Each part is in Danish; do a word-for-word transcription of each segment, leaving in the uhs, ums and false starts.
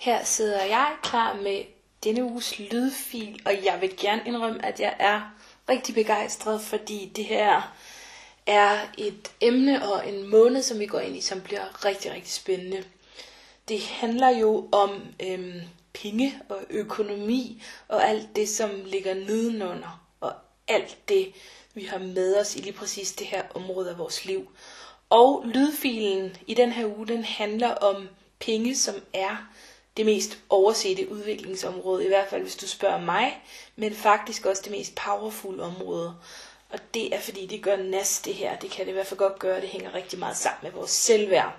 Her sidder jeg klar med denne uges lydfil, og jeg vil gerne indrømme, at jeg er rigtig begejstret, fordi det her er et emne og en måned, som vi går ind i, som bliver rigtig, rigtig spændende. Det handler jo om øhm, penge og økonomi og alt det, som ligger nedenunder, og alt det, vi har med os i lige præcis det her område af vores liv. Og lydfilen i den her uge, den handler om penge, som er det mest oversete udviklingsområde, i hvert fald hvis du spørger mig, men faktisk også det mest powerful område. Og det er fordi, det gør næst det her. Det kan det i hvert fald godt gøre, det hænger rigtig meget sammen med vores selvværd.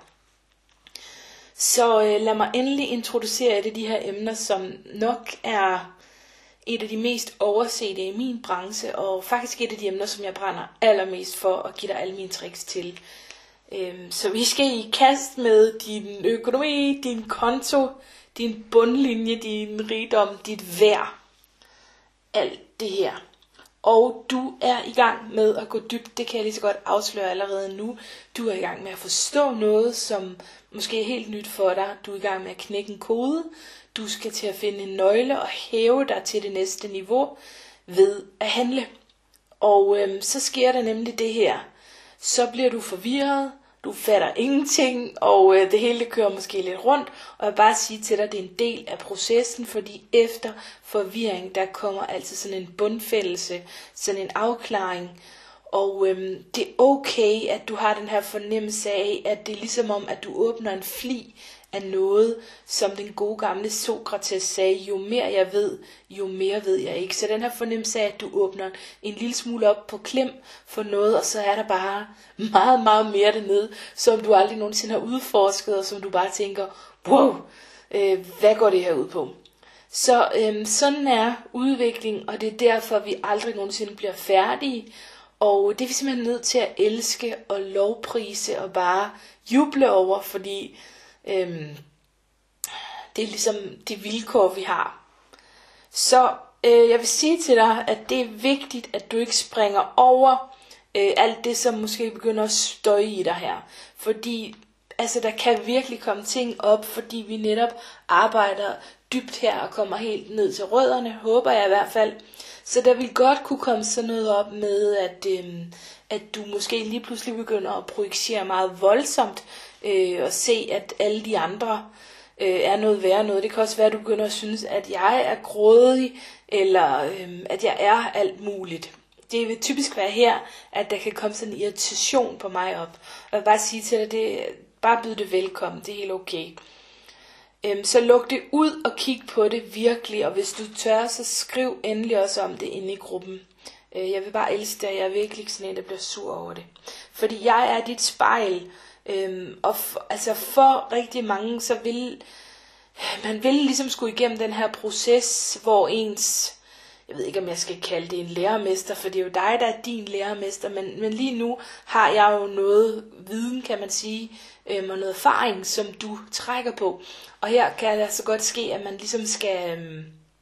Så øh, lad mig endelig introducere et af de her emner, som nok er et af de mest oversete i min branche, og faktisk et af de emner, som jeg brænder allermest for at give dig alle mine tricks til. Øhm, så vi skal i kast med din økonomi, din konto, din bundlinje, din rigdom, dit værd. Alt det her. Og du er i gang med at gå dybt, det kan jeg lige så godt afsløre allerede nu. Du er i gang med at forstå noget, som måske er helt nyt for dig. Du er i gang med at knække en kode. Du skal til at finde en nøgle og hæve dig til det næste niveau ved at handle. Og øhm, så sker der nemlig det her. Så bliver du forvirret, du fatter ingenting, og øh, det hele kører måske lidt rundt. Og jeg vil bare sige til dig, at det er en del af processen, fordi efter forvirring, der kommer altid sådan en bundfældelse, sådan en afklaring. Og øhm, det er okay, at du har den her fornemmelse af, at det er ligesom om, at du åbner en fli af noget, som den gode gamle Sokrates sagde, jo mere jeg ved, jo mere ved jeg ikke. Så den her fornemmelse af, at du åbner en lille smule op på klem for noget, og så er der bare meget, meget mere dernede, som du aldrig nogensinde har udforsket, og som du bare tænker, wow, øh, hvad går det her ud på? Så øh, sådan er udvikling, og det er derfor, vi aldrig nogensinde bliver færdige. Og det er vi simpelthen nødt til at elske og lovprise og bare juble over, fordi øhm, det er ligesom det vilkår, vi har. Så øh, jeg vil sige til dig, at det er vigtigt, at du ikke springer over øh, alt det, som måske begynder at støje i dig her. Fordi altså, der kan virkelig komme ting op, fordi vi netop arbejder dybt her og kommer helt ned til rødderne, håber jeg i hvert fald. Så der vil godt kunne komme sådan noget op med, at, øhm, at du måske lige pludselig begynder at projicere meget voldsomt, øh, og se, at alle de andre øh, er noget værre noget. Det kan også være, at du begynder at synes, at jeg er grådig, eller øh, at jeg er alt muligt. Det vil typisk være her, at der kan komme sådan en irritation på mig op. Og jeg vil bare sige til dig, det, bare byd det velkommen, det er helt okay. Øhm, så luk det ud og kig på det virkelig, og hvis du tør, så skriv endelig også om det inde i gruppen. Øh, jeg vil bare elske det, og jeg er virkelig ikke sådan en, der bliver sur over det. Fordi jeg er dit spejl, øhm, og for, altså for rigtig mange, så vil man vil ligesom skulle igennem den her proces, hvor ens, jeg ved ikke om jeg skal kalde det en lærermester, for det er jo dig, der er din lærermester, men, men lige nu har jeg jo noget viden, kan man sige, øhm, og noget erfaring, som du trækker på. Og her kan det altså godt ske, at man ligesom skal, øhm,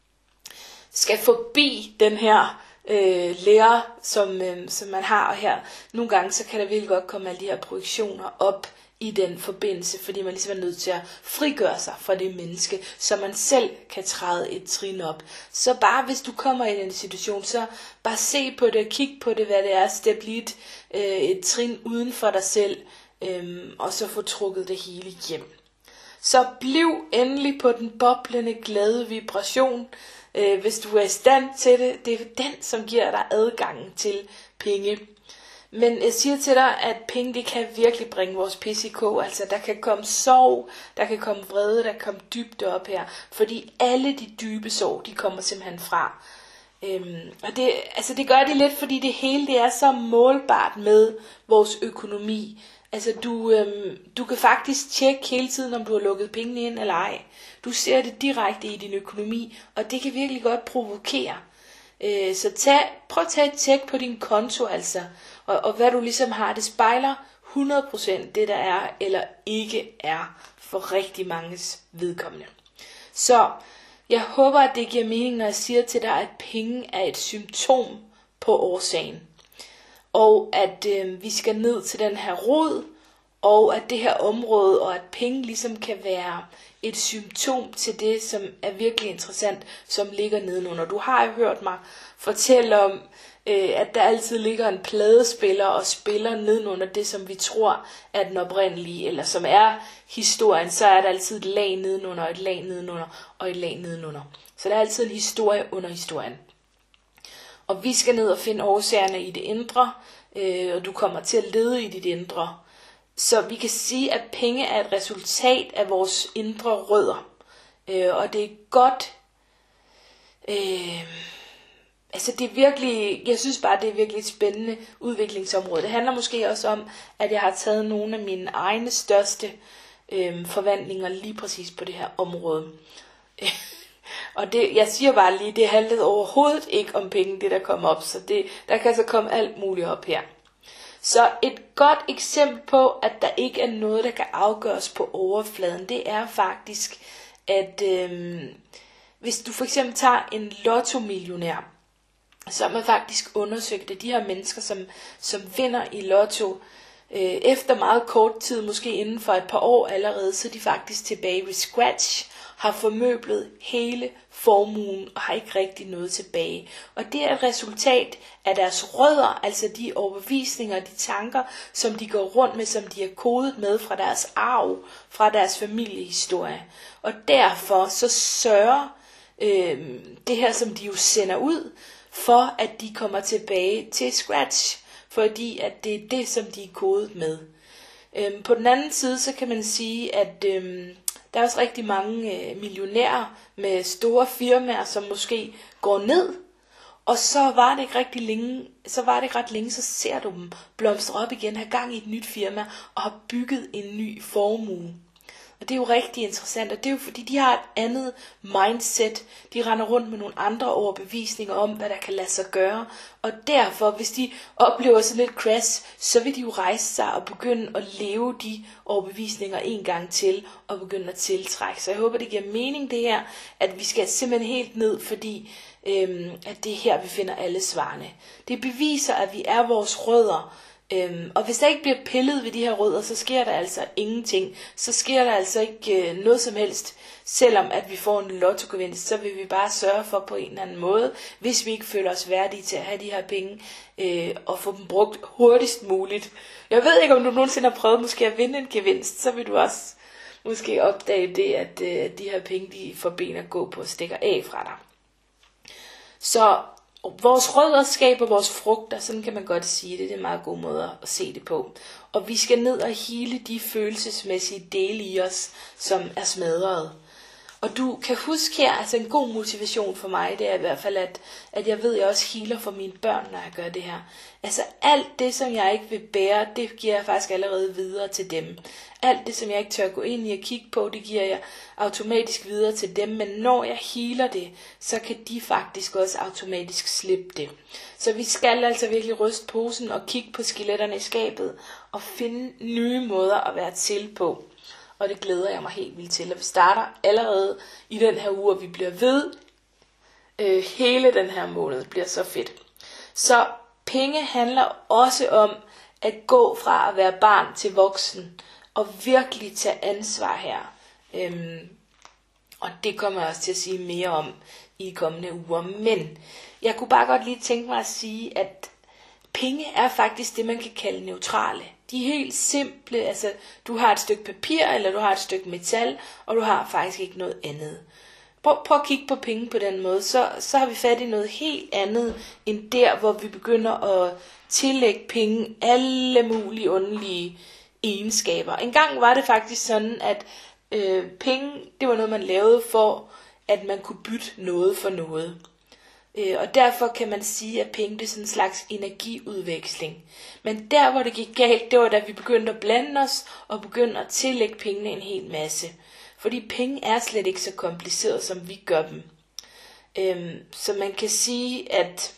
skal forbi den her øh, lærer, som, øhm, som man har. Og her nogle gange, så kan der virkelig godt komme alle de her projektioner op i den forbindelse, fordi man ligesom er nødt til at frigøre sig fra det menneske, så man selv kan træde et trin op. Så bare hvis du kommer i den situation, så bare se på det, kig på det, hvad det er, step lidt øh, et trin uden for dig selv, øh, og så få trukket det hele hjem. Så bliv endelig på den boblende, glade vibration, øh, hvis du er i stand til det. Det er den, som giver dig adgangen til penge. Men jeg siger til dig, at penge, det kan virkelig bringe vores pis i kog. Altså, der kan komme sorg, der kan komme vrede, der kan komme dybde op her. Fordi alle de dybe sorg, de kommer simpelthen fra. Øhm, og det, altså, det gør det lidt, fordi det hele det er så målbart med vores økonomi. Altså, du, øhm, du kan faktisk tjekke hele tiden, om du har lukket pengene ind eller ej. Du ser det direkte i din økonomi, og det kan virkelig godt provokere. Øh, så tag, prøv at tage et tjek på din konto, altså. Og, og hvad du ligesom har, det spejler hundrede procent det, der er eller ikke er for rigtig manges vedkommende. Så jeg håber, at det giver mening, når jeg siger til dig, at penge er et symptom på årsagen. Og at øh, vi skal ned til den her rod, og at det her område, og at penge ligesom kan være et symptom til det, som er virkelig interessant, som ligger nedenunder. Du har jo hørt mig fortælle om, øh, at der altid ligger en pladespiller og spiller nedenunder det, som vi tror er den oprindelige, eller som er historien, så er der altid et lag nedenunder, et lag nedenunder og et lag nedenunder. Så der er altid en historie under historien. Og vi skal ned og finde årsagerne i det indre, øh, og du kommer til at lede i dit indre. Så vi kan sige, at penge er et resultat af vores indre rødder. Øh, og det er godt. Øh, altså det er virkelig, jeg synes bare, det er virkelig et spændende udviklingsområde. Det handler måske også om, at jeg har taget nogle af mine egne største øh, forvandlinger lige præcis på det her område. Og det, jeg siger bare lige, det handlede overhovedet ikke om penge, det der kom op. Så det, der kan så komme alt muligt op her. Så et godt eksempel på, at der ikke er noget, der kan afgøres på overfladen, det er faktisk, at øh, hvis du for eksempel tager en lottomillionær, så har man faktisk undersøgt, at de her mennesker, som, som vinder i lotto, øh, efter meget kort tid, måske inden for et par år allerede, så er de faktisk tilbage ved scratch, har formøblet hele formuen og har ikke rigtig noget tilbage. Og det er et resultat af deres rødder, altså de overbevisninger og de tanker, som de går rundt med, som de er kodet med fra deres arv, fra deres familiehistorie. Og derfor så sørger øh, det her, som de jo sender ud, for at de kommer tilbage til scratch, fordi at det er det, som de er kodet med. Øh, på den anden side, så kan man sige, at øh, der er også rigtig mange øh, millionærer med store firmaer, som måske går ned, og så var det ikke rigtig længe, så var det ikke ret længe, så ser du dem blomstre op igen, have gang i et nyt firma og har bygget en ny formue. Og det er jo rigtig interessant, og det er jo fordi, de har et andet mindset. De render rundt med nogle andre overbevisninger om, hvad der kan lade sig gøre. Og derfor, hvis de oplever sådan lidt crash, så vil de jo rejse sig og begynde at leve de overbevisninger en gang til, og begynde at tiltrække. Så jeg håber, det giver mening det her, at vi skal simpelthen helt ned, fordi øhm, at det er her, vi finder alle svarene. Det beviser, at vi er vores rødder. Øhm, og hvis der ikke bliver pillet ved de her rødder, så sker der altså ingenting. Så sker der altså ikke øh, noget som helst. Selvom at vi får en lottogevinst, så vil vi bare sørge for på en eller anden måde, hvis vi ikke føler os værdige til at have de her penge, øh, og få dem brugt hurtigst muligt. Jeg ved ikke, om du nogensinde har prøvet måske at vinde en gevinst, så vil du også måske opdage det, at øh, de her penge, de får ben at gå på og stikker af fra dig. Så vores rødder skaber vores frugter, sådan kan man godt sige det. Det er en meget god måde at se det på. Og vi skal ned og hele de følelsesmæssige dele i os, som er smadret. Og du kan huske her, altså en god motivation for mig, det er i hvert fald, at, at jeg ved, at jeg også healer for mine børn, når jeg gør det her. Altså alt det, som jeg ikke vil bære, det giver jeg faktisk allerede videre til dem. Alt det, som jeg ikke tør gå ind i og kigge på, det giver jeg automatisk videre til dem. Men når jeg healer det, så kan de faktisk også automatisk slippe det. Så vi skal altså virkelig ryste posen og kigge på skeletterne i skabet og finde nye måder at være til på. Og det glæder jeg mig helt vildt til. Og vi starter allerede i den her uge, og vi bliver ved. Øh, hele den her måned bliver så fedt. Så penge handler også om at gå fra at være barn til voksen. Og virkelig tage ansvar her. Øhm, og det kommer jeg også til at sige mere om i kommende uger. Men jeg kunne bare godt lige tænke mig at sige, at penge er faktisk det, man kan kalde neutrale. De er helt simple, altså du har et stykke papir, eller du har et stykke metal, og du har faktisk ikke noget andet. Prøv, prøv at kigge på penge på den måde, så, så har vi fat i noget helt andet, end der, hvor vi begynder at tillægge penge alle mulige underlige egenskaber. En gang var det faktisk sådan, at øh, penge, det var noget, man lavede for, at man kunne bytte noget for noget. Øh, og derfor kan man sige, at penge det er sådan en slags energiudveksling. Men der, hvor det gik galt, det var da vi begyndte at blande os, og begyndte at tillægge pengene en hel masse. Fordi penge er slet ikke så kompliceret, som vi gør dem. Øh, så man kan sige, at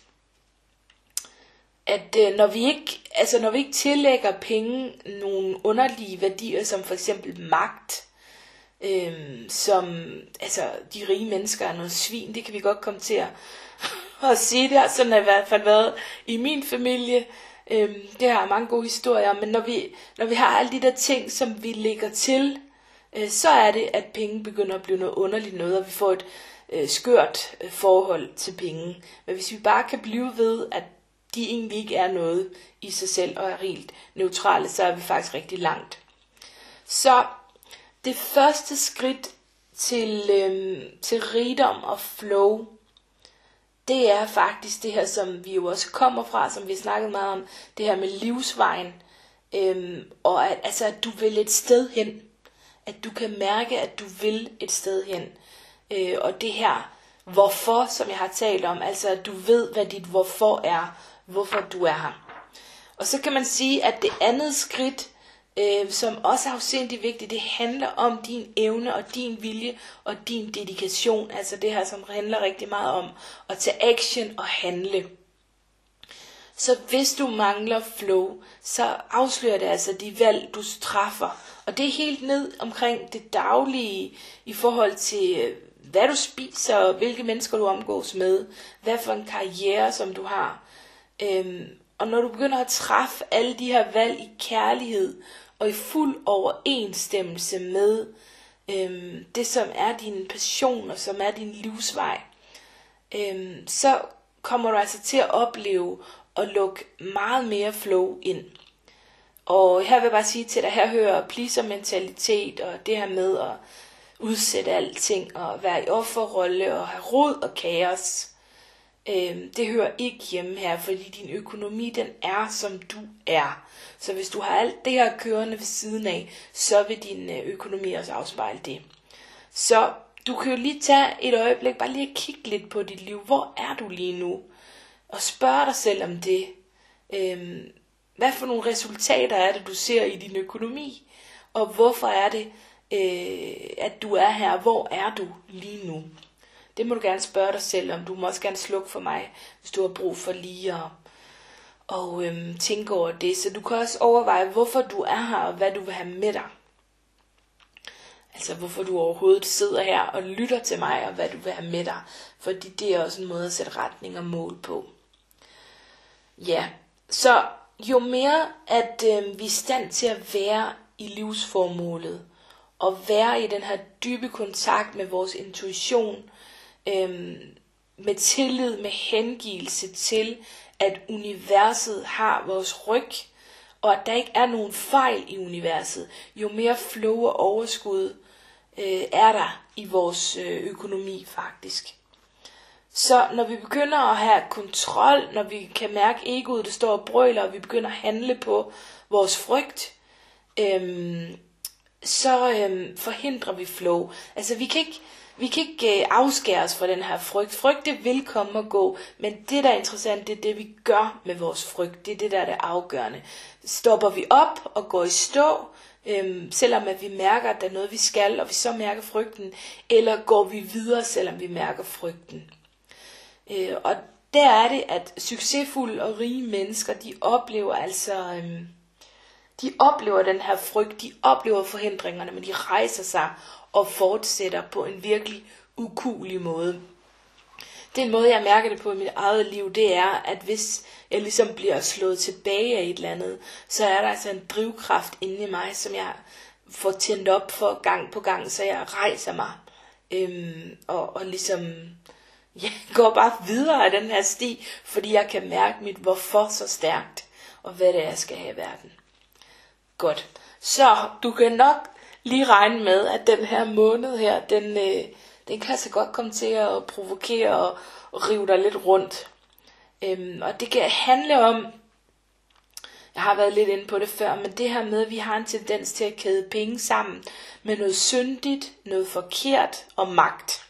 at øh, når vi ikke altså når vi ikke tillægger penge nogle underlige værdier, som for eksempel magt, øh, som altså de rige mennesker er noget svin, det kan vi godt komme til at, at sige. Det har sådan i hvert fald været i min familie. Øhm, det har mange gode historier, men når vi, når vi har alle de der ting, som vi lægger til, øh, så er det, at penge begynder at blive noget underligt noget, og vi får et øh, skørt øh, forhold til penge. Men hvis vi bare kan blive ved, at de egentlig ikke er noget i sig selv og er helt neutrale, så er vi faktisk rigtig langt. Så det første skridt til, øhm, til rigdom og flow, det er faktisk det her, som vi jo også kommer fra, som vi har snakket meget om, det her med livsvejen, øhm, og at, altså, at du vil et sted hen, at du kan mærke, at du vil et sted hen, øh, og det her hvorfor, som jeg har talt om, altså at du ved, hvad dit hvorfor er, hvorfor du er her. Og så kan man sige, at det andet skridt, øh, som også er afsindigt vigtigt, det handler om din evne og din vilje og din dedikation. Altså det her, som handler rigtig meget om at tage action og handle. Så hvis du mangler flow, så afslører det altså de valg, du træffer. Og det er helt ned omkring det daglige i forhold til, hvad du spiser, og hvilke mennesker du omgås med, hvad for en karriere, som du har. Øhm, og når du begynder at træffe alle de her valg i kærlighed, og i fuld overensstemmelse med øhm, det, som er din passion, og som er din livsvej, øhm, så kommer du altså til at opleve at lukke meget mere flow ind. Og her vil jeg bare sige til dig, her hører pleaser-mentalitet, og det her med at udsætte alting, og være i offerrolle, og have rod og kaos. Øhm, det hører ikke hjemme her, fordi din økonomi, den er, som du er. Så hvis du har alt det her kørende ved siden af, så vil din økonomi også afspejle det. Så du kan jo lige tage et øjeblik, bare lige kigge lidt på dit liv. Hvor er du lige nu? Og spørg dig selv om det. Øhm, hvad for nogle resultater er det, du ser i din økonomi? Og hvorfor er det, øh, at du er her? Hvor er du lige nu? Det må du gerne spørge dig selv om. Du må også gerne slukke for mig, hvis du har brug for lige at og, øhm, tænke over det. Så du kan også overveje, hvorfor du er her, og hvad du vil have med dig. Altså hvorfor du overhovedet sidder her og lytter til mig, og hvad du vil have med dig. Fordi det er også en måde at sætte retning og mål på. Ja, så jo mere at øh, vi er i stand til at være i livsformålet, og være i den her dybe kontakt med vores intuition, øh, med tillid, med hengivelse til, at universet har vores ryg, og at der ikke er nogen fejl i universet, jo mere flow og overskud øh, er der i vores øh, økonomi faktisk. Så når vi begynder at have kontrol, når vi kan mærke egoet, der står og brøler, og vi begynder at handle på vores frygt, øhm, så øhm, forhindrer vi flow. Altså vi kan ikke, vi kan ikke øh, afskære os fra den her frygt. Frygt, det vil komme og gå, men det der er interessant, det er det vi gør med vores frygt. Det er det der er det afgørende. Stopper vi op og går i stå, øhm, selvom at vi mærker, at der er noget vi skal, og vi så mærker frygten, eller går vi videre, selvom vi mærker frygten. Øh, og der er det, at succesfulde og rige mennesker, de oplever altså, øhm, de oplever den her frygt, de oplever forhindringerne, men de rejser sig og fortsætter på en virkelig ukuelig måde. Den måde, jeg mærker det på i mit eget liv, det er, at hvis jeg ligesom bliver slået tilbage af et eller andet, så er der altså en drivkraft inde i mig, som jeg får tændt op for gang på gang, så jeg rejser mig øhm, og, og ligesom jeg går bare videre af den her sti, fordi jeg kan mærke mit hvorfor så stærkt, og hvad det er, jeg skal have i verden. Godt. Så du kan nok lige regne med, at den her måned her, den, øh, den kan altså godt komme til at provokere og, og rive dig lidt rundt. Øhm, og det kan handle om, jeg har været lidt inde på det før, men det her med, at vi har en tendens til at kæde penge sammen med noget syndigt, noget forkert og magt.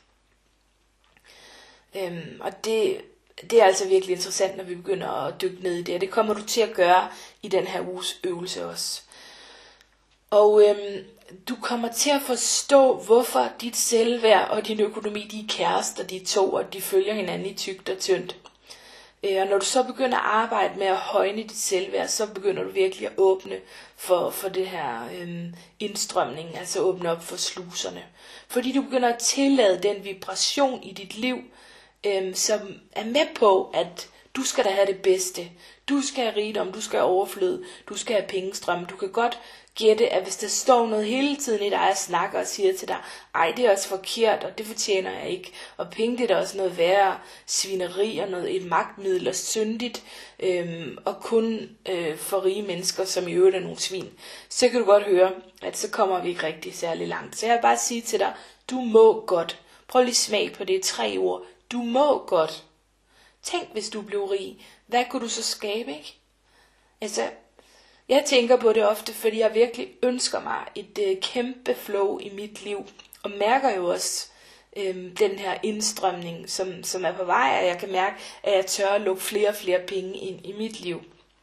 Øhm, og det, det er altså virkelig interessant, når vi begynder at dykke ned i det. Og det kommer du til at gøre i den her uges øvelse også. Og øhm, du kommer til at forstå, hvorfor dit selvværd og din økonomi, de er kærester, de to, og de følger hinanden i tykt og tyndt. Øh, og når du så begynder at arbejde med at højne dit selvværd, så begynder du virkelig at åbne for, for det her øhm, indstrømning, altså åbne op for sluserne. Fordi du begynder at tillade den vibration i dit liv, øhm, som er med på, at du skal da have det bedste, du skal have rigdom, du skal have overflod, du skal have pengestrøm. Du kan godt gætte, at hvis der står noget hele tiden i dig og snakker og siger til dig, ej, det er også forkert, og det fortjener jeg ikke, og penge, det er da også noget værre, svineri og noget, et magtmiddel og syndigt, øhm, og kun øh, for rige mennesker, som i øvrigt er nogle svin, så kan du godt høre, at så kommer vi ikke rigtig særlig langt. Så jeg vil bare sige til dig, du må godt. Prøv lige smag på det tre ord. Du må godt. Tænk, hvis du blev rig. Hvad kunne du så skabe, ikke? Altså, jeg tænker på det ofte, fordi jeg virkelig ønsker mig et øh, kæmpe flow i mit liv. Og mærker jo også øh, den her indstrømning, som, som er på vej. Og jeg kan mærke, at jeg tør at lukke flere og flere penge ind i mit liv.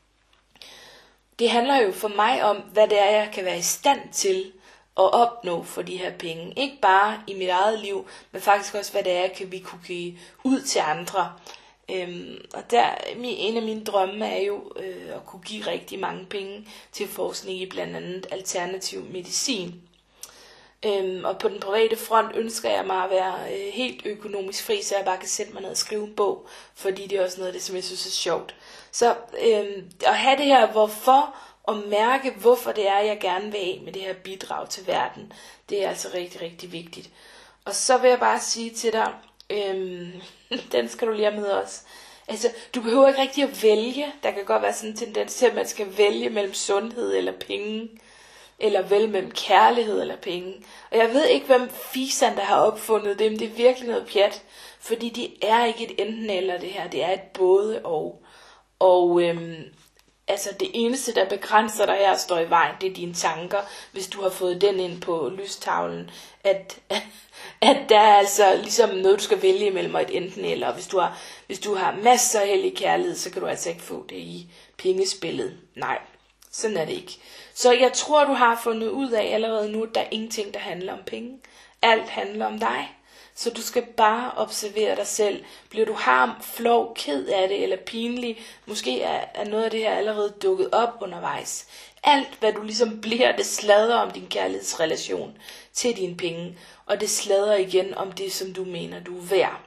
Det handler jo for mig om, hvad det er, jeg kan være i stand til at opnå for de her penge. Ikke bare i mit eget liv, men faktisk også, hvad det er, kan vi kunne give ud til andre. Øhm, og der, en af mine drømme er jo øh, at kunne give rigtig mange penge til forskning i blandt andet alternativ medicin. Øhm, og på den private front ønsker jeg mig at være øh, helt økonomisk fri, så jeg bare kan sætte mig ned og skrive en bog, fordi det er også noget af det, som jeg synes er sjovt. Så øh, at have det her hvorfor, og mærke hvorfor det er, jeg gerne vil af med det her bidrag til verden, det er altså rigtig, rigtig vigtigt. Og så vil jeg bare sige til dig, øhm, den skal du lige have med os. Altså, du behøver ikke rigtig at vælge. Der kan godt være sådan en tendens til, at man skal vælge mellem sundhed eller penge, eller vælge mellem kærlighed eller penge. Og jeg ved ikke, hvem fisan, der har opfundet det, men det er virkelig noget pjat, fordi det er ikke et enten eller det her, det er et både og. Og øhm, altså det eneste, der begrænser dig her og står i vejen, det er dine tanker, hvis du har fået den ind på lystavlen, at, at, at der er altså ligesom noget, du skal vælge imellem et enten eller. Hvis du har, hvis du har masser af hellig kærlighed, så kan du altså ikke få det i pengespillet. Nej, sådan er det ikke. Så jeg tror, du har fundet ud af allerede nu, at der er ingenting, der handler om penge. Alt handler om dig. Så du skal bare observere dig selv. Bliver du harm, flov, ked af det eller pinlig, måske er, er noget af det her allerede dukket op undervejs. Alt hvad du ligesom bliver, det sladrer om din kærlighedsrelation til dine penge. Og det sladrer igen om det, som du mener, du er værd.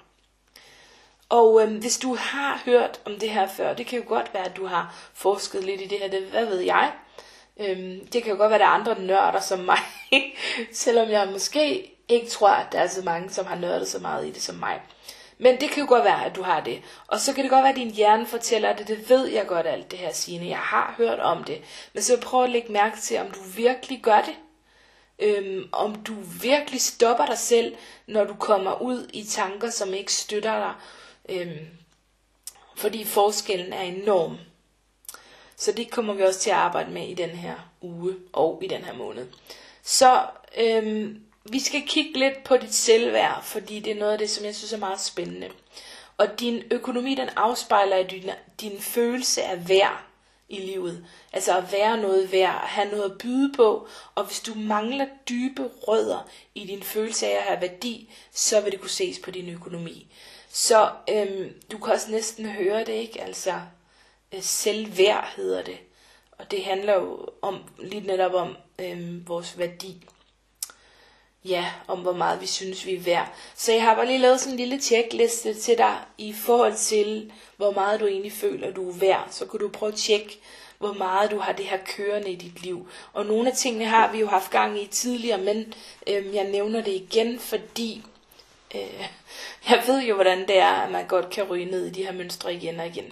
Og øhm, hvis du har hørt om det her før, det kan jo godt være, at du har forsket lidt i det her, det, hvad ved jeg. Øhm, det kan jo godt være, at der er andre nørder som mig, selvom jeg måske ikke tror, at der er så mange, som har nørdet så meget i det som mig. Men det kan jo godt være, at du har det. Og så kan det godt være, at din hjerne fortæller det. Det ved jeg godt alt det her, Signe. Jeg har hørt om det. Men så prøv at lægge mærke til, om du virkelig gør det. Øhm, om du virkelig stopper dig selv, når du kommer ud i tanker, som ikke støtter dig. Øhm, fordi forskellen er enorm. Så det kommer vi også til at arbejde med i den her uge og i den her måned. Så øhm, vi skal kigge lidt på dit selvværd, fordi det er noget af det, som jeg synes er meget spændende. Og din økonomi, den afspejler din, din følelse af værd i livet. Altså at være noget værd, at have noget at byde på. Og hvis du mangler dybe rødder i din følelse af at have værdi, så vil det kunne ses på din økonomi. Så øhm, du kan også næsten høre det, ikke? Altså øh, selvværd hedder det. Og det handler jo om, lige netop om øhm, vores værdi. Ja, om hvor meget vi synes, vi er værd. Så jeg har bare lige lavet sådan en lille checkliste til dig i forhold til, hvor meget du egentlig føler, du er værd. Så kunne du prøve at tjekke, hvor meget du har det her kørende i dit liv. Og nogle af tingene har vi jo haft gang i tidligere, men øh, jeg nævner det igen, fordi øh, jeg ved jo, hvordan det er, at man godt kan ryge ned i de her mønstre igen og igen.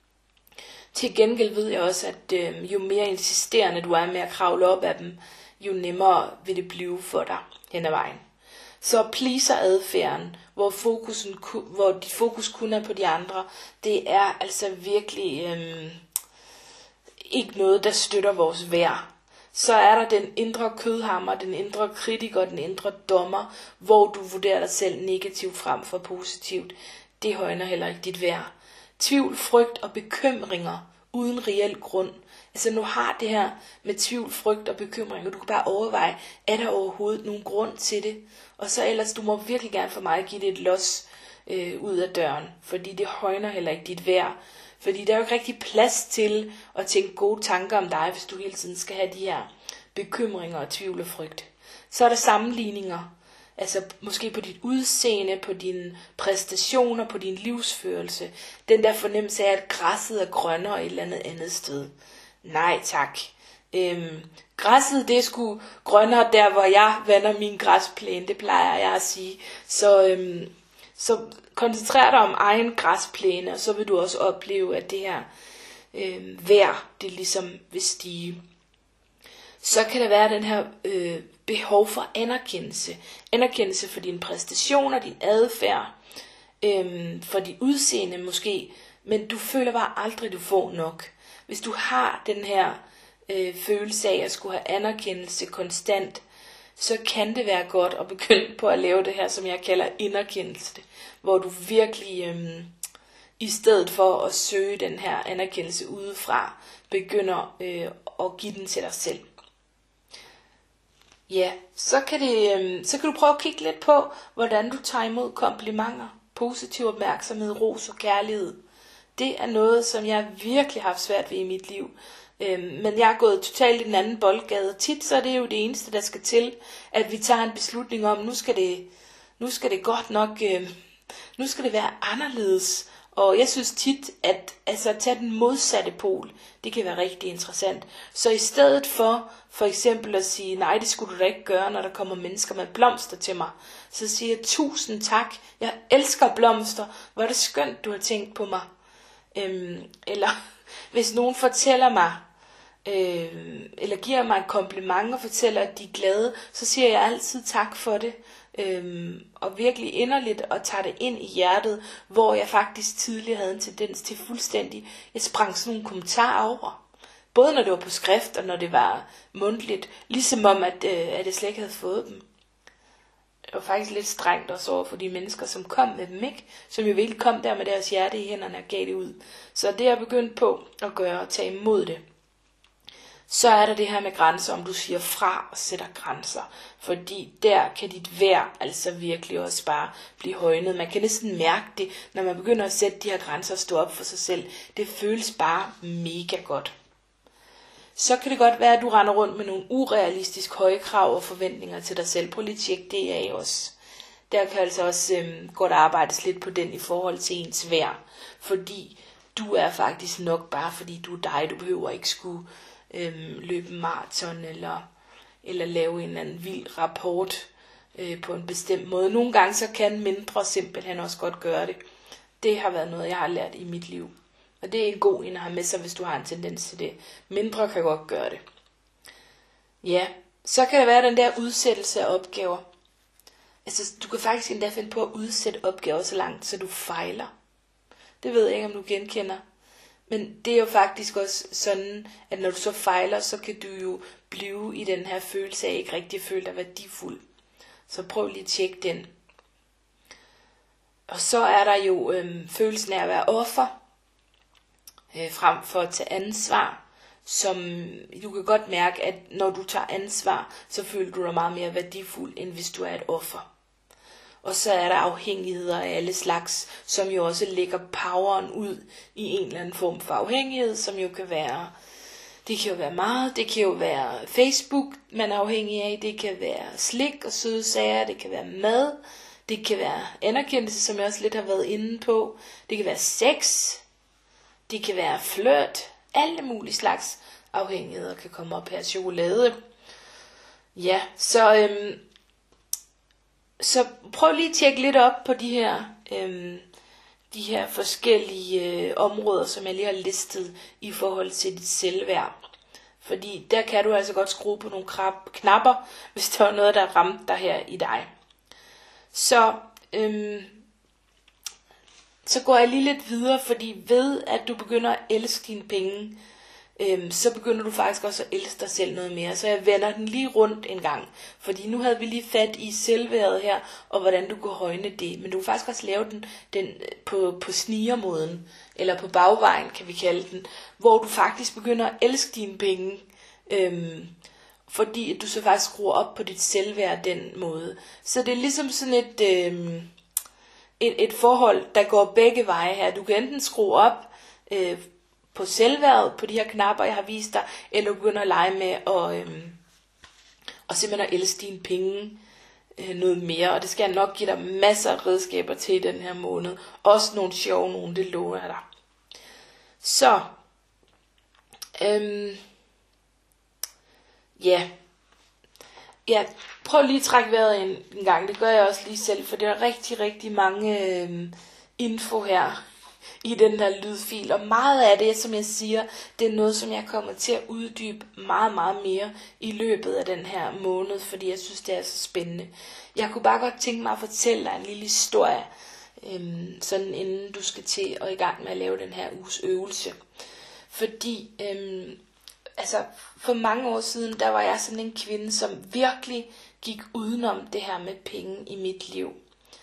Til gengæld ved jeg også, at øh, jo mere insisterende du er med at kravle op af dem, jo nemmere vil det blive for dig hen ad vejen. Så pleaser adfærden, hvor, fokusen, hvor dit fokus kun er på de andre, det er altså virkelig øhm, ikke noget, der støtter vores værd. Så er der den indre kødhammer, den indre kritiker, den indre dommer, hvor du vurderer dig selv negativt frem for positivt. Det højner heller ikke dit værd. Tvivl, frygt og bekymringer uden reel grund. Altså nu har det her med tvivl, frygt og bekymring, og du kan bare overveje, er der overhovedet nogen grund til det? Og så ellers, du må virkelig gerne for mig give det et los øh, ud af døren, fordi det højner heller ikke dit værd. Fordi der er jo ikke rigtig plads til at tænke gode tanker om dig, hvis du hele tiden skal have de her bekymringer og tvivl og frygt. Så er der sammenligninger. altså måske på dit udseende, på dine præstationer, på din livsførelse. Den der fornemmelse af, at græsset er grønnere et eller andet andet sted. Nej tak. Øhm, græsset det er sgu grønnere der, hvor jeg vander min græsplæne, det plejer jeg at sige. Så, øhm, så koncentrer dig om egen græsplæne, og så vil du også opleve, at det her øhm, vejr, det ligesom vil stige. Så kan der være den her øh, behov for anerkendelse. Anerkendelse for dine præstationer, din adfærd, øh, for dit udseende måske, men du føler bare aldrig, du får nok. Hvis du har den her øh, følelse af at skulle have anerkendelse konstant, så kan det være godt at begynde på at lave det her, som jeg kalder inderkendelse, hvor du virkelig, øh, i stedet for at søge den her anerkendelse udefra, begynder øh, at give den til dig selv. Ja, så kan, det, øh, så kan du prøve at kigge lidt på, hvordan du tager imod komplimenter, positiv opmærksomhed, ros og kærlighed. Det er noget, som jeg virkelig har haft svært ved i mit liv. Øh, men jeg er gået totalt i den anden boldgade. Tit så er det jo det eneste, der skal til, at vi tager en beslutning om, nu skal det, nu skal det godt nok, øh, nu skal det være anderledes. Og jeg synes tit, at altså, at tage den modsatte pol, det kan være rigtig interessant. Så i stedet for for eksempel at sige, nej, det skulle du da ikke gøre, når der kommer mennesker med blomster til mig, så siger jeg, tusind tak, jeg elsker blomster, hvor er det skønt, du har tænkt på mig. Øhm, eller hvis nogen fortæller mig, øh, eller giver mig en kompliment og fortæller, at de er glade, så siger jeg altid tak for det. Øhm, og virkelig inderligt og tager det ind i hjertet, hvor jeg faktisk tidligere havde en tendens til fuldstændig, jeg sprang sådan nogle kommentarer over, både når det var på skrift og når det var mundtligt, ligesom om at, øh, at jeg slet ikke havde fået dem. Det var faktisk lidt strengt også over for de mennesker, som kom med dem, ikke? Som jo virkelig kom der med deres hjerte i hænderne og gav det ud. Så det er jeg begyndt på at gøre og tage imod det. Så er der det her med grænser, om du siger fra og sætter grænser. Fordi der kan dit vejr altså virkelig også bare blive højnet. Man kan næsten mærke det, når man begynder at sætte de her grænser og stå op for sig selv. Det føles bare mega godt. Så kan det godt være, at du render rundt med nogle urealistisk høje krav og forventninger til dig selv. Prøv lige at tjekke det af også. Der kan altså også øhm, godt arbejdes lidt på den i forhold til ens vejr. Fordi du er faktisk nok bare fordi du er dig. Du behøver ikke skulle øhm, løbe maraton eller, eller lave en eller anden vild rapport øh, på en bestemt måde. Nogle gange så kan mindre simpelthen også godt gøre det. Det har været noget, jeg har lært i mit liv. Og det er en god en at have med sig, hvis du har en tendens til det. Mindre kan godt gøre det. Ja, så kan der være den der udsættelse af opgaver. Altså, du kan faktisk endda finde på at udsætte opgaver så langt, så du fejler. Det ved jeg ikke, om du genkender. Men det er jo faktisk også sådan, at når du så fejler, så kan du jo blive i den her følelse af ikke rigtig føle dig værdifuld. Så prøv lige at tjekke den. Og så er der jo øhm, følelsen af at være offer, øh, frem for at tage ansvar. Som du kan godt mærke, at når du tager ansvar, så føler du dig meget mere værdifuld, end hvis du er et offer. Og så er der afhængigheder af alle slags, som jo også lægger poweren ud i en eller anden form for afhængighed, som jo kan være, det kan jo være meget, det kan jo være Facebook, man er afhængig af, det kan være slik og søde sager, det kan være mad, det kan være anerkendelse, som jeg også lidt har været inde på, det kan være sex, det kan være flirt, alle mulige slags afhængigheder kan komme op her, chokolade. Ja, så... Øhm, Så prøv lige at tjekke lidt op på de her, øhm, de her forskellige øh, områder, som jeg lige har listet i forhold til dit selvværd. Fordi der kan du altså godt skrue på nogle krab- knapper, hvis der er noget, der ramte dig her i dig. Så, øhm, så går jeg lige lidt videre, fordi ved at du begynder at elske dine penge, Øhm, så begynder du faktisk også at elske dig selv noget mere. Så jeg vender den lige rundt en gang. Fordi nu havde vi lige fat i selvværdet her, og hvordan du kan højne det. Men du kan faktisk også lave den, den på, på snigermåden, eller på bagvejen kan vi kalde den, hvor du faktisk begynder at elske dine penge. Øhm, fordi at du så faktisk skruer op på dit selvværd den måde. Så det er ligesom sådan et, øhm, et, et forhold, der går begge veje her. Du kan enten skrue op øh, på selvværdet, på de her knapper, jeg har vist dig, eller du begynder at lege med at, øhm, og simpelthen at elske dine penge øh, noget mere, og det skal jeg nok give dig masser af redskaber til i den her måned. Også nogle sjove nogle, det lover jeg dig. Så, øhm, ja, ja, prøv lige at trække vejret en, en gang, det gør jeg også lige selv, for det er rigtig, rigtig mange øhm, info her i den her lydfil, og meget af det, som jeg siger, det er noget, som jeg kommer til at uddybe meget, meget mere i løbet af den her måned, fordi jeg synes, det er så spændende. Jeg kunne bare godt tænke mig at fortælle dig en lille historie, øhm, sådan inden du skal til og i gang med at lave den her uges øvelse. Fordi, øhm, altså for mange år siden, der var jeg sådan en kvinde, som virkelig gik udenom det her med penge i mit liv.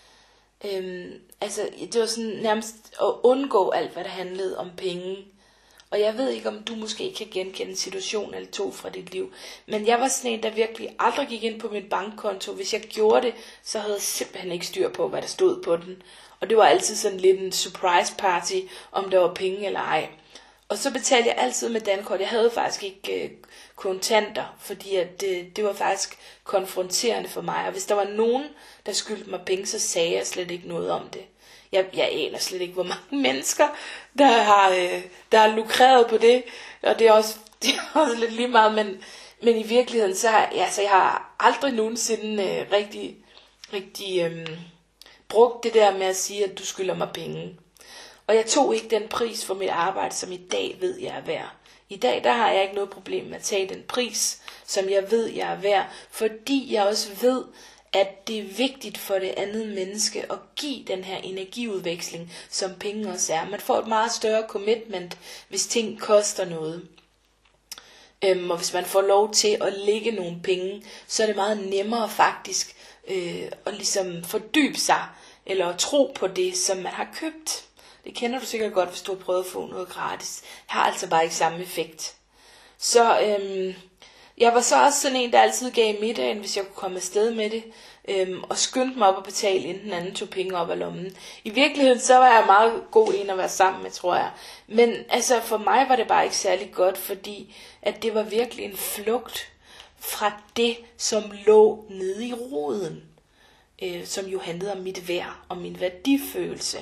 Øhm, altså det var sådan nærmest at undgå alt, hvad der handlede om penge. Og jeg ved ikke, om du måske kan genkende en situation eller to fra dit liv, men jeg var sådan en, der virkelig aldrig gik ind på min bankkonto. Hvis jeg gjorde det, så havde jeg simpelthen ikke styr på, hvad der stod på den. Og det var altid sådan lidt en surprise party, om der var penge eller ej. Og så betalte jeg altid med dankort. Jeg havde faktisk ikke øh, kontanter, fordi at det, det var faktisk konfronterende for mig. Og hvis der var nogen, der skyldte mig penge, så sagde jeg slet ikke noget om det. Jeg, jeg aner slet ikke, hvor mange mennesker, der har, øh, der har lukreret på det. Og det er også, det er også lidt lige meget, men, men i virkeligheden, så har ja, så jeg har aldrig nogensinde øh, rigtig, rigtig øh, brugt det der med at sige, at du skylder mig penge. Og jeg tog ikke den pris for mit arbejde, som i dag ved, jeg er værd. I dag der har jeg ikke noget problem med at tage den pris, som jeg ved, jeg er værd. Fordi jeg også ved, at det er vigtigt for det andet menneske at give den her energiudveksling, som penge også er. Man får et meget større commitment, hvis ting koster noget. Øhm, og hvis man får lov til at lægge nogle penge, så er det meget nemmere faktisk øh, at ligesom fordybe sig, eller at tro på det, som man har købt. Det kender du sikkert godt, hvis du har prøvet at få noget gratis. Det har altså bare ikke samme effekt. Så øhm, jeg var så også sådan en, der altid gav middagen, hvis jeg kunne komme afsted med det. Øhm, og skyndte mig op og betale, inden den anden tog penge op af lommen. I virkeligheden så var jeg meget god en at være sammen med, tror jeg. Men altså for mig var det bare ikke særlig godt, fordi at det var virkelig en flugt fra det, som lå nede i roden. Øh, som jo handlede om mit værd og min værdifølelse.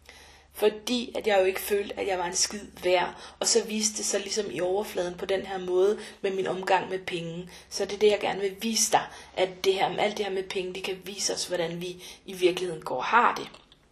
Fordi at jeg jo ikke følte, at jeg var en skid værd. Og så viste det sig ligesom i overfladen på den her måde med min omgang med penge. Så det er det, jeg gerne vil vise dig. At det her, alt det her med penge, det kan vise os, hvordan vi i virkeligheden går og har det.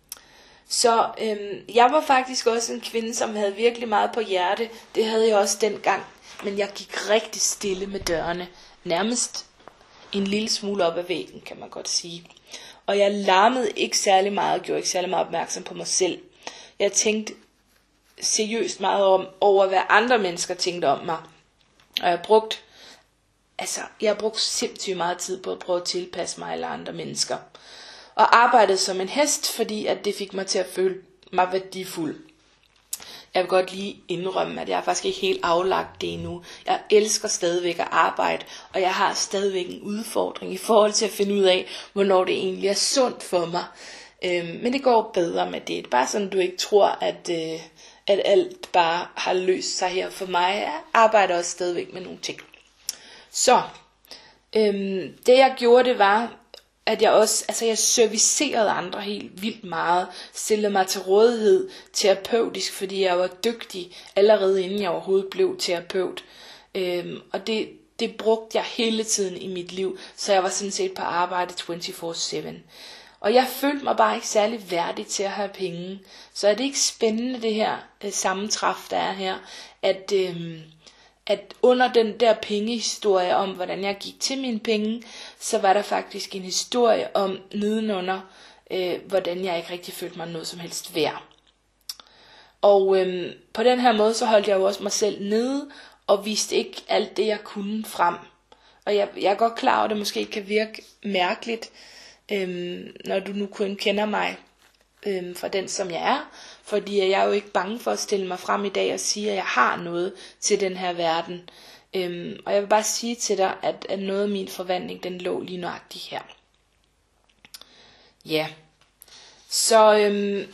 Så øhm, jeg var faktisk også en kvinde, som havde virkelig meget på hjerte. Det havde jeg også dengang. Men jeg gik rigtig stille med dørene. Nærmest en lille smule op ad væggen, kan man godt sige. Og jeg larmede ikke særlig meget og gjorde ikke særlig meget opmærksom på mig selv. Jeg tænkte seriøst meget om, over, hvad andre mennesker tænkte om mig. Og jeg har brugt, altså, jeg har brugt sindssygt meget tid på at prøve at tilpasse mig eller andre mennesker. Og arbejdede som en hest, fordi at det fik mig til at føle mig værdifuld. Jeg vil godt lige indrømme, at jeg er faktisk ikke helt aflagt det endnu. Jeg elsker stadigvæk at arbejde, og jeg har stadigvæk en udfordring i forhold til at finde ud af, hvornår det egentlig er sundt for mig. Øhm, men det går bedre med det. Det er bare sådan, du ikke tror, at, øh, at alt bare har løst sig her for mig. Jeg arbejder også stadigvæk med nogle ting. Så, øhm, det jeg gjorde, det var, at jeg også, altså jeg servicerede andre helt vildt meget, stillede mig til rådighed terapeutisk, fordi jeg var dygtig allerede inden jeg overhovedet blev terapeut. Øhm, og det, det brugte jeg hele tiden i mit liv, så jeg var sådan set på arbejde tyve-fire syv. Og jeg følte mig bare ikke særlig værdig til at have penge. Så er det ikke spændende det her øh, sammentræf, der er her, at, øh, at under den der pengehistorie om, hvordan jeg gik til mine penge, så var der faktisk en historie om nedenunder, øh, hvordan jeg ikke rigtig følte mig noget som helst værd. Og øh, på den her måde, så holdt jeg jo også mig selv nede, og viste ikke alt det, jeg kunne frem. Og jeg, jeg er godt klar over, at det måske kan virke mærkeligt, Øhm, når du nu kun kender mig øhm, for den som jeg er, fordi jeg er jo ikke bange for at stille mig frem i dag og sige, at jeg har noget til den her verden. øhm, og jeg vil bare sige til dig, at, at noget af min forvandling, den lå lige nøjagtigt her. Ja, så øhm,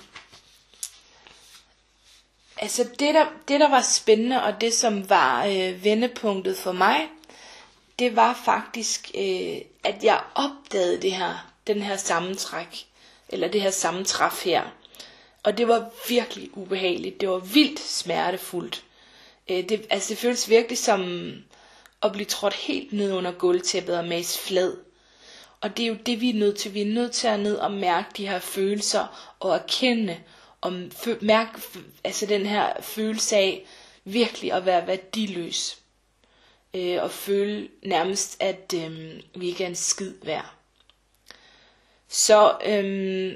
altså det der, det der var spændende, og det som var øh, vendepunktet for mig, det var faktisk, øh, at jeg opdagede det her, den her sammentræk, eller det her sammentræf her. Og det var virkelig ubehageligt. Det var vildt smertefuldt. Øh, det, altså det føles virkelig som at blive trådt helt ned under gulvtæppet og mast flad. Og det er jo det, vi er nødt til. Vi er nødt til at ned og mærke de her følelser og erkende, og mærke altså den her følelse af virkelig at være værdiløs. Øh, og føle nærmest, at øh, vi ikke er en skid værd. Så øh,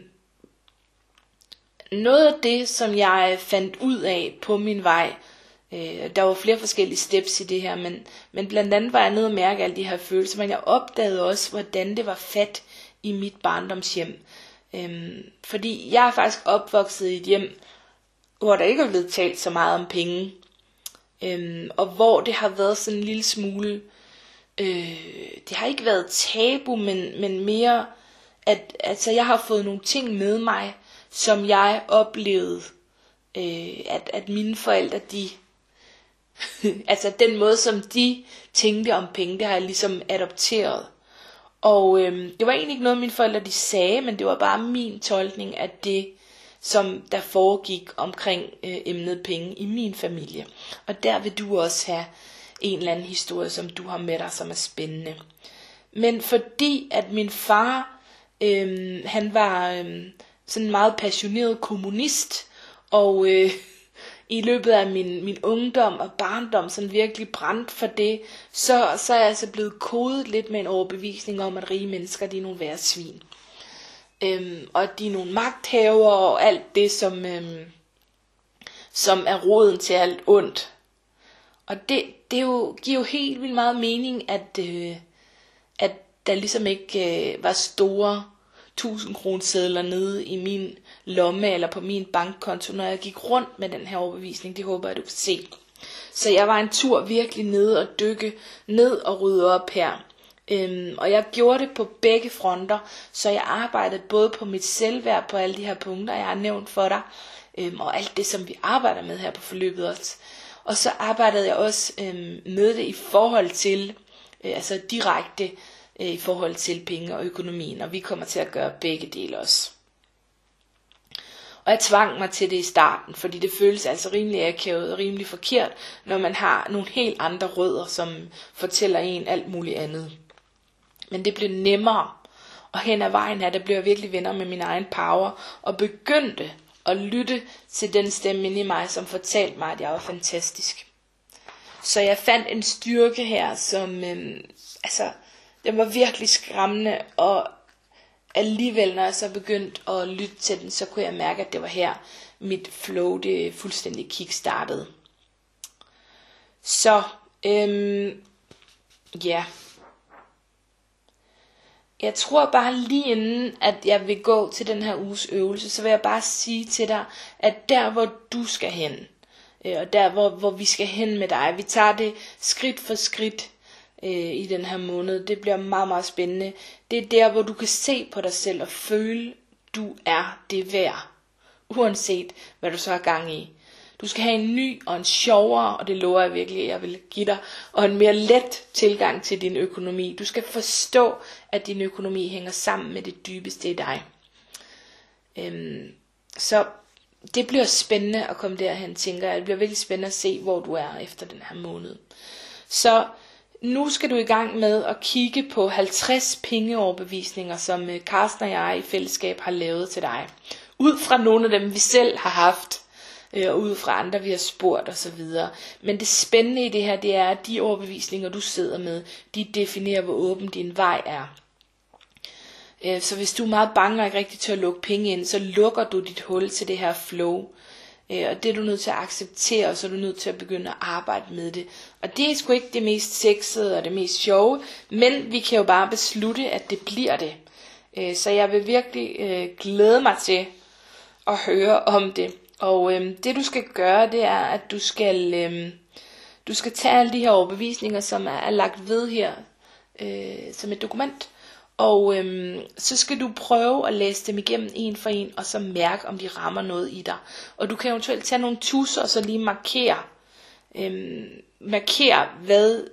noget af det, som jeg fandt ud af på min vej, øh, der var flere forskellige steps i det her, men, men blandt andet var jeg nede og mærke alle de her følelser, men jeg opdagede også, hvordan det var fat i mit barndomshjem. Øh, fordi jeg er faktisk opvokset i et hjem, hvor der ikke er blevet talt så meget om penge. Øhm, og hvor det har været sådan en lille smule, øh, det har ikke været tabu, men, men mere, at altså, jeg har fået nogle ting med mig, som jeg oplevede, øh, at, at mine forældre, de, altså den måde, som de tænkte om penge, det har jeg ligesom adopteret. Og øh, det var egentlig ikke noget, mine forældre de sagde, men det var bare min tolkning af det, som der foregik omkring øh, emnet penge i min familie. Og der vil du også have en eller anden historie, som du har med dig, som er spændende. Men fordi at min far, øh, han var øh, sådan en meget passioneret kommunist, og øh, i løbet af min, min ungdom og barndom sådan virkelig brændt for det, så, så er jeg altså blevet kodet lidt med en overbevisning om, at rige mennesker, de er nogle værre svin. Øhm, og de er nogle magthavere og alt det, som, øhm, som er roden til alt ondt. Og det, det jo, giver jo helt vildt meget mening, at, øh, at der ligesom ikke øh, var store tusind kronesedler nede i min lomme eller på min bankkonto, når jeg gik rundt med den her overbevisning. Det håber jeg, du kan se. Så jeg var en tur virkelig nede og dykke ned og rydde op her. Øhm, og jeg gjorde det på begge fronter, så jeg arbejdede både på mit selvværd på alle de her punkter, jeg har nævnt for dig, øhm, og alt det, som vi arbejder med her på forløbet også. Og så arbejdede jeg også øhm, med det i forhold til, øh, altså direkte øh, i forhold til penge og økonomien, og vi kommer til at gøre begge dele også. Og jeg tvang mig til det i starten, fordi det føles altså rimelig akavet og rimelig forkert, når man har nogle helt andre rødder, som fortæller en alt muligt andet. Men det blev nemmere, og hen ad vejen her, der blev jeg virkelig venner med min egen power, og begyndte at lytte til den stemme inde i mig, som fortalte mig, at jeg var fantastisk. Så jeg fandt en styrke her, som, øhm, altså, den var virkelig skræmmende, og alligevel, når jeg så begyndte at lytte til den, så kunne jeg mærke, at det var her, mit flow, det fuldstændig kickstartede. Så, øhm, ja... Jeg tror bare lige inden, at jeg vil gå til den her uges øvelse, så vil jeg bare sige til dig, at der hvor du skal hen, og der hvor, hvor vi skal hen med dig, vi tager det skridt for skridt øh, i den her måned, det bliver meget, meget spændende. Det er der, hvor du kan se på dig selv og føle, du er det værd, uanset hvad du så har gang i. Du skal have en ny og en sjovere, og det lover jeg virkelig, jeg vil give dig, og en mere let tilgang til din økonomi. Du skal forstå, at din økonomi hænger sammen med det dybeste i dig. Øhm, så det bliver spændende at komme derhen, tænker jeg. Det bliver virkelig spændende at se, hvor du er efter den her måned. Så nu skal du i gang med at kigge på halvtreds pengeoverbevisninger, som Karsten og jeg i fællesskab har lavet til dig. Ud fra nogle af dem, vi selv har haft, og ud fra andre, vi har spurgt og så videre. Men det spændende i det her, det er, at de overbevisninger, du sidder med, de definerer, hvor åben din vej er. Så hvis du er meget bange og ikke rigtig til at lukke penge ind, så lukker du dit hul til det her flow. Og det er du nødt til at acceptere, og så er du nødt til at begynde at arbejde med det. Og det er sgu ikke det mest sexede og det mest sjove, men vi kan jo bare beslutte, at det bliver det. Så jeg vil virkelig glæde mig til at høre om det. Og øhm, det du skal gøre, det er, at du skal, øhm, du skal tage alle de her overbevisninger, som er, er lagt ved her, øh, som et dokument. Og øhm, så skal du prøve at læse dem igennem en for en, og så mærke, om de rammer noget i dig. Og du kan eventuelt tage nogle tusser, og så lige markere, øhm, markere hvad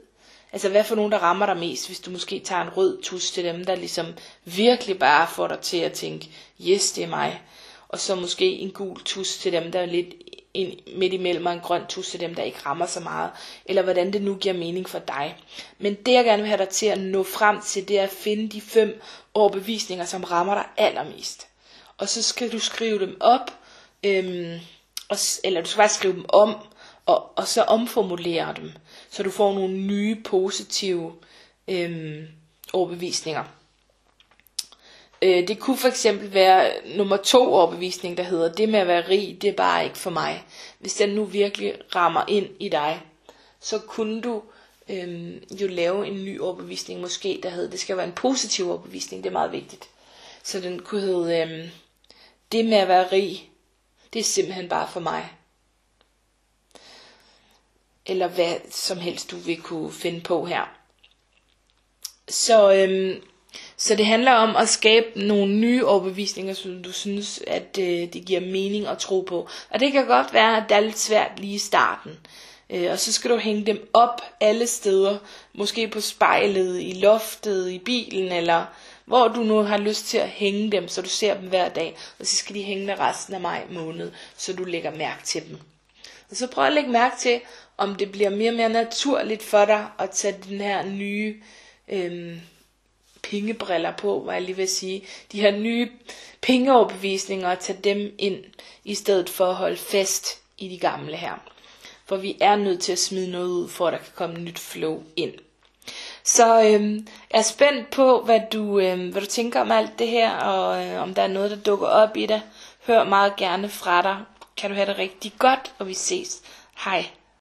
Altså hvad for nogen, der rammer dig mest, hvis du måske tager en rød tus til dem, der ligesom virkelig bare får dig til at tænke, yes, det er mig. Og så måske en gul tus til dem, der er lidt ind midt imellem, og en grøn tus til dem, der ikke rammer så meget. Eller hvordan det nu giver mening for dig. Men det jeg gerne vil have dig til at nå frem til, det er at finde de fem overbevisninger, som rammer dig allermest. Og så skal du skrive dem op, øhm, og, eller du skal bare skrive dem om, og, og så omformulere dem, så du får nogle nye positive øhm, overbevisninger. Øh, det kunne for eksempel være nummer to overbevisning, der hedder, det med at være rig, det er bare ikke for mig. Hvis den nu virkelig rammer ind i dig, så kunne du øhm, jo lave en ny overbevisning, måske der hedder, det skal være en positiv overbevisning, det er meget vigtigt. Så den kunne hedde, øhm, det med at være rig, det er simpelthen bare for mig. Eller hvad som helst du vil kunne finde på her. Så, øhm, så det handler om at skabe nogle nye overbevisninger, som du synes, at øh, det giver mening at tro på. Og det kan godt være, at det er lidt svært lige i starten. Øh, og så skal du hænge dem op alle steder. Måske på spejlet, i loftet, i bilen, eller hvor du nu har lyst til at hænge dem, så du ser dem hver dag. Og så skal de hænge der resten af maj måned, så du lægger mærke til dem. Og så prøv at lægge mærke til, om det bliver mere og mere naturligt for dig at tage den her nye øhm, pengebriller på, hvad jeg lige vil sige. De her nye pengeoverbevisninger, og tage dem ind, i stedet for at holde fast i de gamle her. For vi er nødt til at smide noget ud, for at der kan komme nyt flow ind. Så øhm, jeg er spændt på, hvad du, øhm, hvad du tænker om alt det her, og øh, om der er noget, der dukker op i dig. Hør meget gerne fra dig. Kan du have det rigtig godt, og vi ses. Hej.